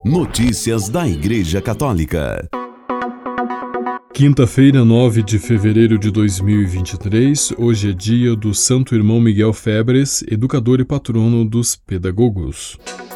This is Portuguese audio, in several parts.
Notícias da Igreja Católica. Quinta-feira, 9 de fevereiro de 2023, hoje é dia do Santo Irmão Miguel Febres, educador e patrono dos pedagogos.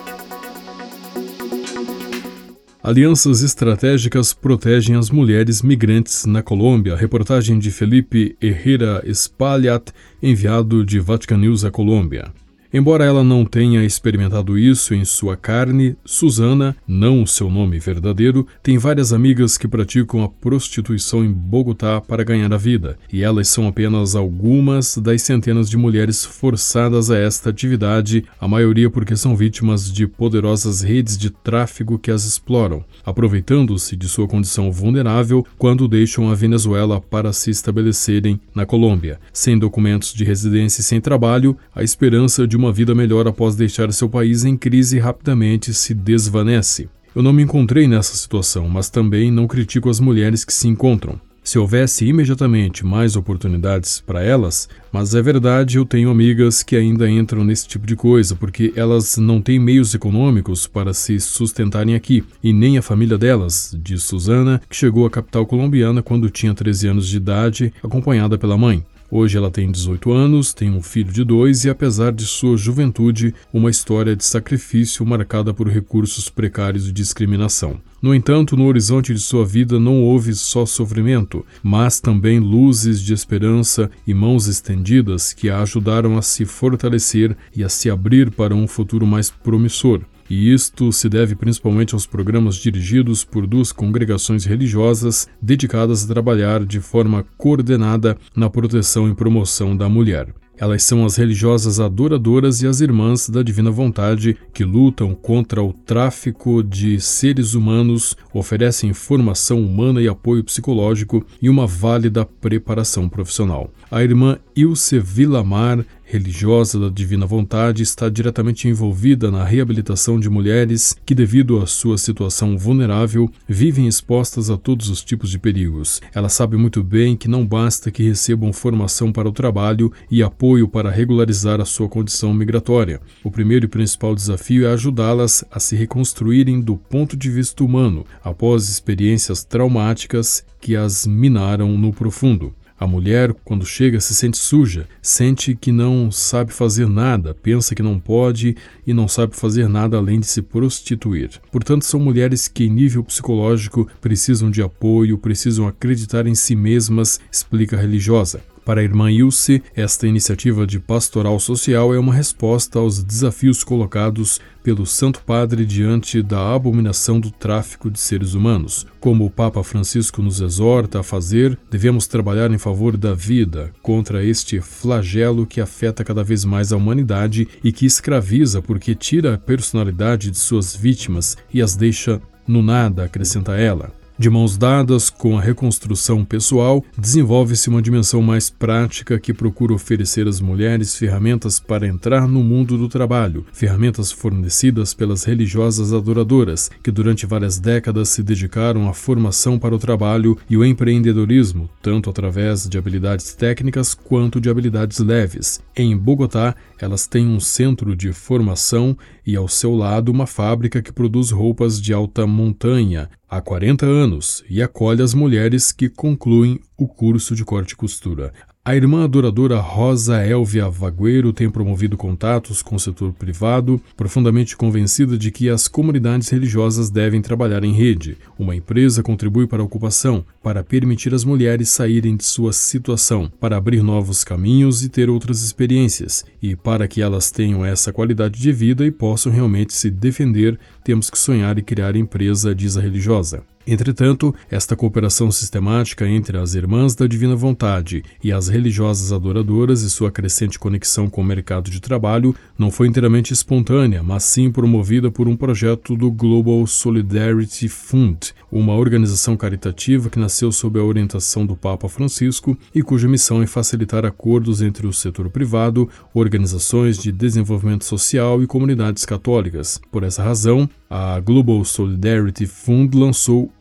Alianças estratégicas protegem as mulheres migrantes na Colômbia. Reportagem de Felipe Herrera Espaillat, enviado de Vatican News à Colômbia. Embora ela não tenha experimentado isso em sua carne, Susana, não o seu nome verdadeiro, tem várias amigas que praticam a prostituição em Bogotá para ganhar a vida, e elas são apenas algumas das centenas de mulheres forçadas a esta atividade, a maioria porque são vítimas de poderosas redes de tráfico que as exploram, aproveitando-se de sua condição vulnerável quando deixam a Venezuela para se estabelecerem na Colômbia. Sem documentos de residência e sem trabalho, a esperança de uma vida melhor após deixar seu país em crise rapidamente se desvanece. Eu não me encontrei nessa situação, mas também não critico as mulheres que se encontram. Se houvesse imediatamente mais oportunidades para elas, mas é verdade, eu tenho amigas que ainda entram nesse tipo de coisa, porque elas não têm meios econômicos para se sustentarem aqui, e nem a família delas, diz Susana, que chegou à capital colombiana quando tinha 13 anos de idade, acompanhada pela mãe. Hoje ela tem 18 anos, tem um filho de 2 e, apesar de sua juventude, uma história de sacrifício marcada por recursos precários e discriminação. No entanto, no horizonte de sua vida não houve só sofrimento, mas também luzes de esperança e mãos estendidas que a ajudaram a se fortalecer e a se abrir para um futuro mais promissor. E isto se deve principalmente aos programas dirigidos por 2 congregações religiosas dedicadas a trabalhar de forma coordenada na proteção e promoção da mulher. Elas são as religiosas adoradoras e as irmãs da Divina Vontade, que lutam contra o tráfico de seres humanos, oferecem formação humana e apoio psicológico e uma válida preparação profissional. A irmã Ilse Villamar, religiosa da Divina Vontade, está diretamente envolvida na reabilitação de mulheres que, devido à sua situação vulnerável, vivem expostas a todos os tipos de perigos. Ela sabe muito bem que não basta que recebam formação para o trabalho e apoio para regularizar a sua condição migratória. O primeiro e principal desafio é ajudá-las a se reconstruírem do ponto de vista humano, após experiências traumáticas que as minaram no profundo. A mulher, quando chega, se sente suja, sente que não sabe fazer nada, pensa que não pode e não sabe fazer nada além de se prostituir. Portanto, são mulheres que, em nível psicológico, precisam de apoio, precisam acreditar em si mesmas, explica a religiosa. Para a irmã Ilse, esta iniciativa de pastoral social é uma resposta aos desafios colocados pelo Santo Padre diante da abominação do tráfico de seres humanos. Como o Papa Francisco nos exorta a fazer, devemos trabalhar em favor da vida, contra este flagelo que afeta cada vez mais a humanidade e que escraviza porque tira a personalidade de suas vítimas e as deixa no nada, acrescenta ela. De mãos dadas com a reconstrução pessoal, desenvolve-se uma dimensão mais prática que procura oferecer às mulheres ferramentas para entrar no mundo do trabalho, ferramentas fornecidas pelas religiosas adoradoras, que durante várias décadas se dedicaram à formação para o trabalho e o empreendedorismo, tanto através de habilidades técnicas quanto de habilidades leves. Em Bogotá, elas têm um centro de formação e, ao seu lado, uma fábrica que produz roupas de alta montanha há 40 anos e acolhe as mulheres que concluem o curso de corte e costura. A irmã adoradora Rosa Elvia Vagueiro tem promovido contatos com o setor privado, profundamente convencida de que as comunidades religiosas devem trabalhar em rede. Uma empresa contribui para a ocupação, para permitir às mulheres saírem de sua situação, para abrir novos caminhos e ter outras experiências. E para que elas tenham essa qualidade de vida e possam realmente se defender, temos que sonhar e criar empresa, diz a religiosa. Entretanto, esta cooperação sistemática entre as Irmãs da Divina Vontade e as religiosas adoradoras e sua crescente conexão com o mercado de trabalho não foi inteiramente espontânea, mas sim promovida por um projeto do Global Solidarity Fund, uma organização caritativa que nasceu sob a orientação do Papa Francisco e cuja missão é facilitar acordos entre o setor privado, organizações de desenvolvimento social e comunidades católicas. Por essa razão, a Global Solidarity Fund lançou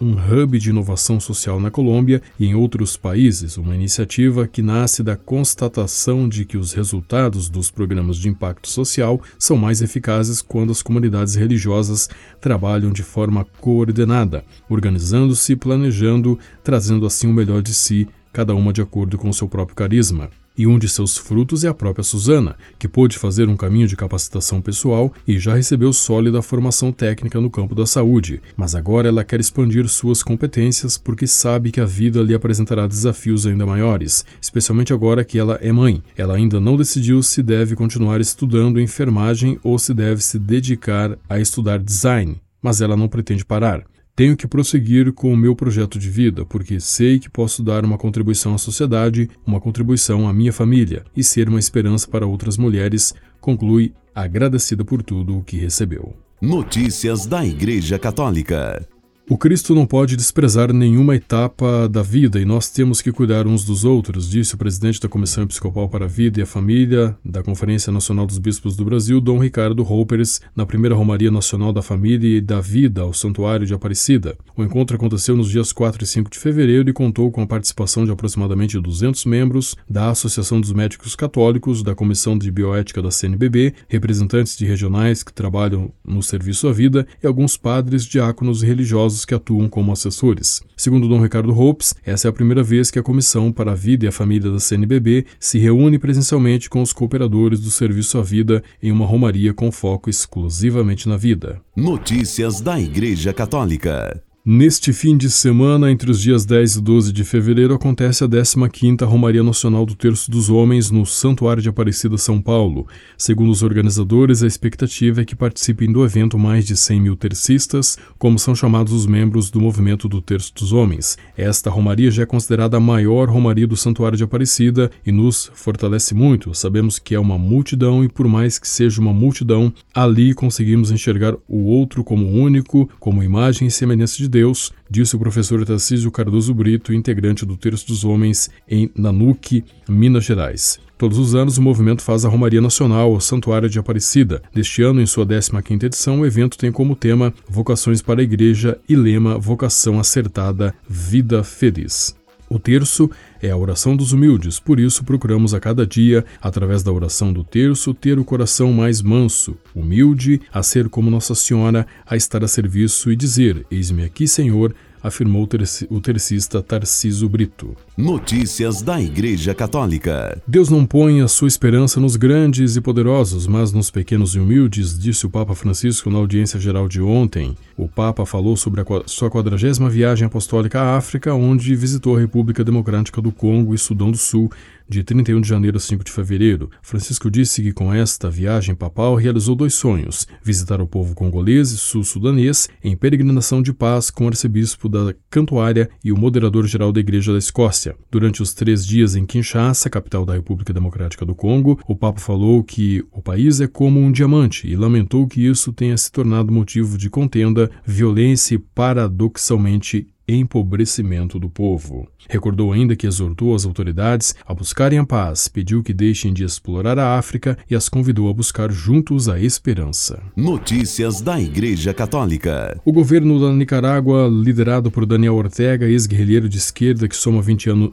um hub de inovação social na Colômbia e em outros países, uma iniciativa que nasce da constatação de que os resultados dos programas de impacto social são mais eficazes quando as comunidades religiosas trabalham de forma coordenada, organizando-se, planejando, trazendo assim o melhor de si, cada uma de acordo com o seu próprio carisma. E um de seus frutos é a própria Susana, que pôde fazer um caminho de capacitação pessoal e já recebeu sólida formação técnica no campo da saúde, mas agora ela quer expandir suas competências porque sabe que a vida lhe apresentará desafios ainda maiores, especialmente agora que ela é mãe. Ela ainda não decidiu se deve continuar estudando enfermagem ou se deve se dedicar a estudar design, mas ela não pretende parar. Tenho que prosseguir com o meu projeto de vida, porque sei que posso dar uma contribuição à sociedade, uma contribuição à minha família e ser uma esperança para outras mulheres, conclui, agradecida por tudo o que recebeu. Notícias da Igreja Católica. O Cristo não pode desprezar nenhuma etapa da vida e nós temos que cuidar uns dos outros, disse o presidente da Comissão Episcopal para a Vida e a Família da Conferência Nacional dos Bispos do Brasil, Dom Ricardo Roupers, na primeira Romaria Nacional da Família e da Vida ao Santuário de Aparecida. O encontro aconteceu nos dias 4 e 5 de fevereiro e contou com a participação de aproximadamente 200 membros da Associação dos Médicos Católicos, da Comissão de Bioética da CNBB, representantes de regionais que trabalham no serviço à vida e alguns padres, diáconos e religiosos que atuam como assessores. Segundo Dom Ricardo Roupers, essa é a primeira vez que a Comissão para a Vida e a Família da CNBB se reúne presencialmente com os cooperadores do Serviço à Vida em uma romaria com foco exclusivamente na vida. Notícias da Igreja Católica. Neste fim de semana, entre os dias 10 e 12 de fevereiro, acontece a 15ª Romaria Nacional do Terço dos Homens no Santuário de Aparecida, São Paulo. Segundo os organizadores, a expectativa é que participem do evento mais de 100 mil tercistas, como são chamados os membros do movimento do Terço dos Homens. Esta romaria já é considerada a maior romaria do Santuário de Aparecida e nos fortalece muito. Sabemos que é uma multidão e, por mais que seja uma multidão, ali conseguimos enxergar o outro como único, como imagem e semelhança de Deus, disse o professor Tarcísio Cardoso Brito, integrante do Terço dos Homens em Nanuque, Minas Gerais. Todos os anos o movimento faz a Romaria Nacional ao Santuário de Aparecida. Deste ano, em sua 15ª edição, o evento tem como tema Vocações para a Igreja e lema Vocação Acertada, Vida Feliz. O terço é a oração dos humildes, por isso procuramos a cada dia, através da oração do terço, ter o coração mais manso, humilde, a ser como Nossa Senhora, a estar a serviço e dizer, eis-me aqui, Senhor, afirmou o tercista Tarcísio Brito. Notícias da Igreja Católica. Deus não põe a sua esperança nos grandes e poderosos, mas nos pequenos e humildes, disse o Papa Francisco na audiência geral de ontem. O Papa falou sobre a sua 40ª viagem apostólica à África, onde visitou a República Democrática do Congo e Sudão do Sul, de 31 de janeiro a 5 de fevereiro. Francisco disse que com esta viagem papal realizou 2 sonhos: visitar o povo congolês e sul-sudanês em peregrinação de paz com o arcebispo da Cantuária e o moderador-geral da Igreja da Escócia. Durante os 3 dias em Kinshasa, capital da República Democrática do Congo, o Papa falou que o país é como um diamante e lamentou que isso tenha se tornado motivo de contenda, violência e, paradoxalmente, empobrecimento do povo. Recordou ainda que exortou as autoridades a buscarem a paz, pediu que deixem de explorar a África e as convidou a buscar juntos a esperança. Notícias da Igreja Católica. O governo da Nicarágua, liderado por Daniel Ortega, ex-guerrilheiro de esquerda que soma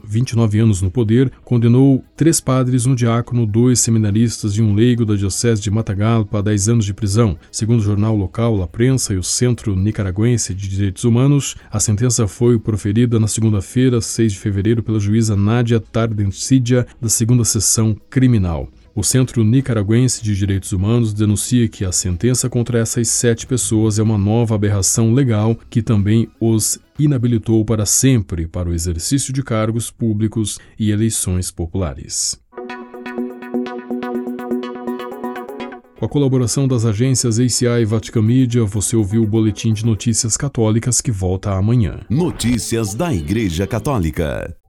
29 anos no poder, condenou 3 padres, um diácono, 2 seminaristas e um leigo da diocese de Matagalpa a 10 anos de prisão. Segundo o jornal local La Prensa e o Centro Nicaragüense de Direitos Humanos, a sentença foi proferida na segunda-feira, 6 de fevereiro, pela juíza Nádia Tardencidia, da 2ª Seção Criminal. O Centro Nicaragüense de Direitos Humanos denuncia que a sentença contra essas 7 pessoas é uma nova aberração legal que também os inabilitou para sempre para o exercício de cargos públicos e eleições populares. Com a colaboração das agências ACI e Vatican Media, você ouviu o Boletim de Notícias Católicas que volta amanhã. Notícias da Igreja Católica.